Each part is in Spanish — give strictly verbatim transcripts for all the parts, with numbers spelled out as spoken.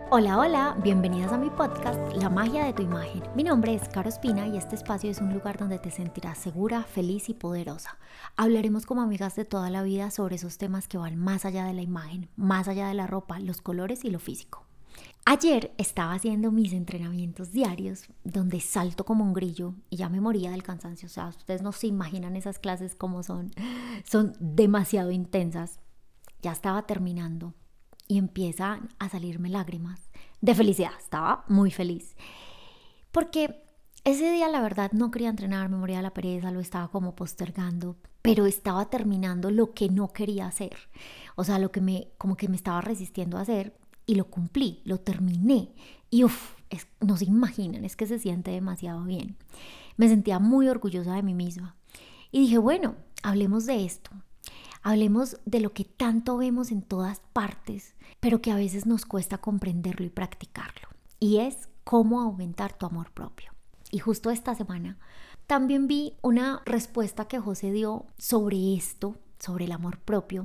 Hola, hola, bienvenidas a mi podcast La magia de tu imagen. Mi nombre es Caro Espina y este espacio es un lugar donde te sentirás segura, feliz y poderosa. Hablaremos como amigas de toda la vida sobre esos temas que van más allá de la imagen, más allá de la ropa, los colores y lo físico. Ayer estaba haciendo mis entrenamientos diarios donde salto como un grillo y ya me moría del cansancio. O sea, ustedes no se imaginan esas clases como son. Son demasiado intensas. Ya estaba terminando y empiezan a salirme lágrimas de felicidad. Estaba muy feliz porque ese día la verdad no quería entrenar, me moría de la pereza, lo estaba como postergando, pero estaba terminando lo que no quería hacer, o sea, lo que me, como que me estaba resistiendo a hacer, y lo cumplí, lo terminé y uff, no se imaginan, es que se siente demasiado bien. Me sentía muy orgullosa de mí misma y dije, bueno, hablemos de esto. Hablemos de lo que tanto vemos en todas partes, pero que a veces nos cuesta comprenderlo y practicarlo. Y es cómo aumentar tu amor propio. Y justo esta semana también vi una respuesta que José dio sobre esto, sobre el amor propio.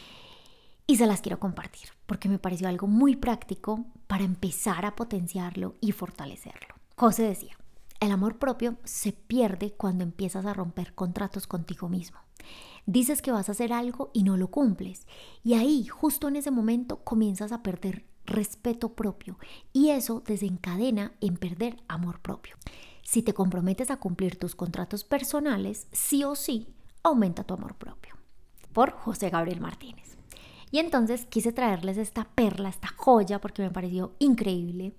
Y se las quiero compartir, porque me pareció algo muy práctico para empezar a potenciarlo y fortalecerlo. José decía, el amor propio se pierde cuando empiezas a romper contratos contigo mismo. Dices que vas a hacer algo y no lo cumples. Y ahí, justo en ese momento, comienzas a perder respeto propio. Y eso desencadena en perder amor propio. Si te comprometes a cumplir tus contratos personales, sí o sí, aumenta tu amor propio. Por José Gabriel Martínez. Y entonces quise traerles esta perla, esta joya, porque me pareció increíble.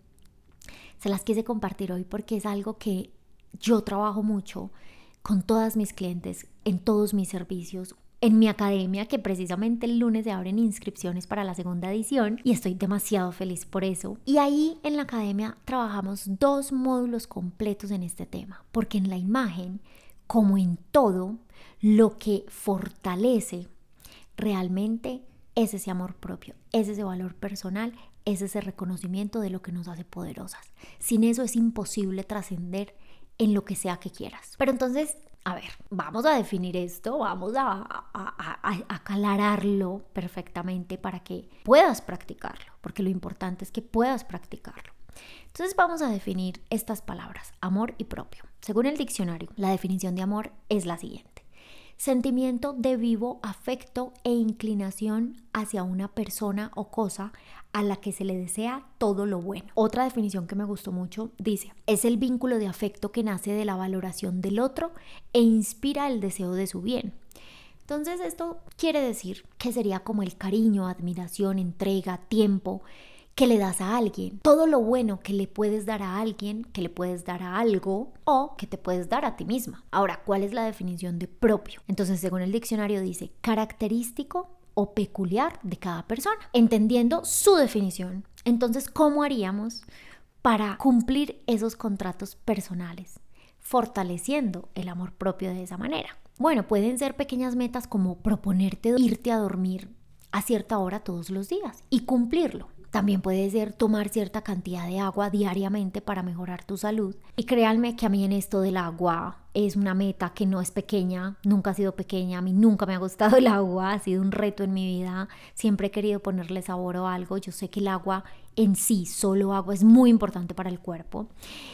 Se las quise compartir hoy porque es algo que yo trabajo mucho con todas mis clientes, en todos mis servicios, en mi academia, que precisamente el lunes se abren inscripciones para la segunda edición y estoy demasiado feliz por eso. Y ahí en la academia trabajamos dos módulos completos en este tema, porque en la imagen, como en todo, lo que fortalece realmente es ese amor propio, es ese valor personal, es ese reconocimiento de lo que nos hace poderosas. Sin eso es imposible trascender en lo que sea que quieras. Pero entonces, a ver, vamos a definir esto, vamos a, a, a, a aclararlo perfectamente para que puedas practicarlo, porque lo importante es que puedas practicarlo. Entonces vamos a definir estas palabras, amor y propio. Según el diccionario, la definición de amor es la siguiente: sentimiento de vivo afecto e inclinación hacia una persona o cosa a la que se le desea todo lo bueno. Otra definición que me gustó mucho dice, es el vínculo de afecto que nace de la valoración del otro e inspira el deseo de su bien. Entonces esto quiere decir que sería como el cariño, admiración, entrega, tiempo que le das a alguien, todo lo bueno que le puedes dar a alguien, que le puedes dar a algo o que te puedes dar a ti misma. Ahora, ¿cuál es la definición de propio? Entonces, según el diccionario dice, característico o peculiar de cada persona. Entendiendo su definición, entonces, ¿cómo haríamos para cumplir esos contratos personales, fortaleciendo el amor propio de esa manera? Bueno, pueden ser pequeñas metas como proponerte irte a dormir a cierta hora todos los días y cumplirlo. También puede ser tomar cierta cantidad de agua diariamente para mejorar tu salud. Y créanme que a mí en esto del agua es una meta que no es pequeña, nunca ha sido pequeña, a mí nunca me ha gustado el agua, ha sido un reto en mi vida, siempre he querido ponerle sabor o algo. Yo sé que el agua en sí, solo agua, es muy importante para el cuerpo.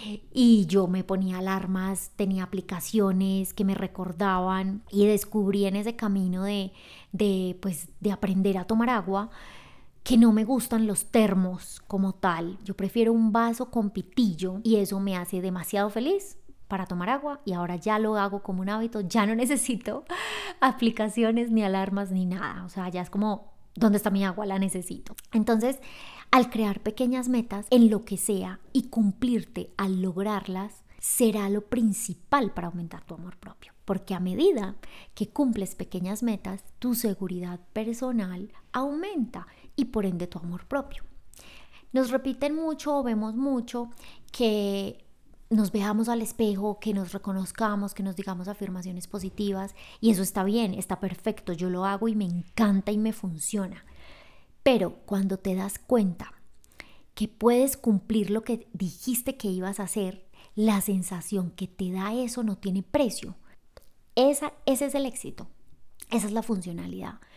Y yo me ponía alarmas, tenía aplicaciones que me recordaban y descubrí en ese camino de, de, pues, de aprender a tomar agua que no me gustan los termos como tal. Yo prefiero un vaso con pitillo y eso me hace demasiado feliz para tomar agua, y ahora ya lo hago como un hábito, ya no necesito aplicaciones ni alarmas ni nada. O sea, ya es como, ¿dónde está mi agua? La necesito. Entonces, al crear pequeñas metas en lo que sea y cumplirte al lograrlas, será lo principal para aumentar tu amor propio. Porque a medida que cumples pequeñas metas, tu seguridad personal aumenta y por ende tu amor propio. Nos repiten mucho o vemos mucho que nos veamos al espejo, que nos reconozcamos, que nos digamos afirmaciones positivas, y eso está bien, está perfecto, yo lo hago y me encanta y me funciona. Pero cuando te das cuenta que puedes cumplir lo que dijiste que ibas a hacer, la sensación que te da eso no tiene precio. Esa, ese es el éxito, esa es la funcionalidad.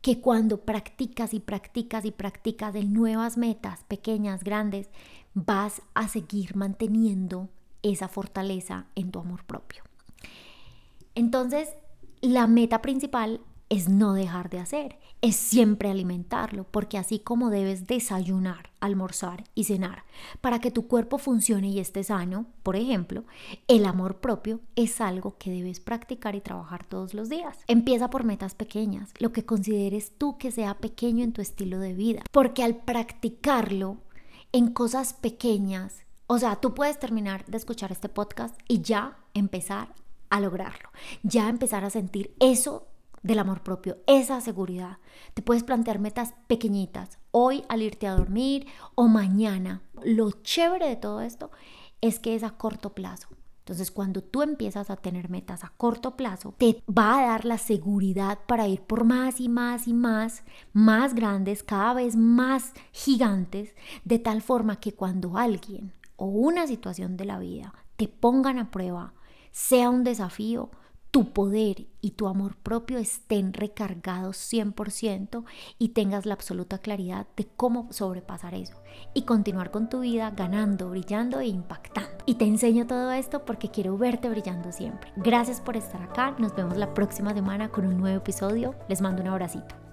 que cuando practicas y practicas y practicas en nuevas metas, pequeñas, grandes, vas a seguir manteniendo esa fortaleza en tu amor propio. Entonces, la meta principal es no dejar de hacer, es siempre alimentarlo, porque así como debes desayunar, almorzar y cenar para que tu cuerpo funcione y esté sano, por ejemplo, el amor propio es algo que debes practicar y trabajar todos los días. Empieza por metas pequeñas, lo que consideres tú que sea pequeño en tu estilo de vida, porque al practicarlo en cosas pequeñas, o sea, tú puedes terminar de escuchar este podcast y ya empezar a lograrlo, ya empezar a sentir eso del amor propio, esa seguridad. Te puedes plantear metas pequeñitas, hoy al irte a dormir o mañana. Lo chévere de todo esto es que es a corto plazo. Entonces, cuando tú empiezas a tener metas a corto plazo, te va a dar la seguridad para ir por más y más y más, más grandes, cada vez más gigantes, de tal forma que cuando alguien o una situación de la vida te pongan a prueba, sea un desafío, tu poder y tu amor propio estén recargados cien por ciento y tengas la absoluta claridad de cómo sobrepasar eso y continuar con tu vida ganando, brillando e impactando. Y te enseño todo esto porque quiero verte brillando siempre. Gracias por estar acá. Nos vemos la próxima semana con un nuevo episodio. Les mando un abracito.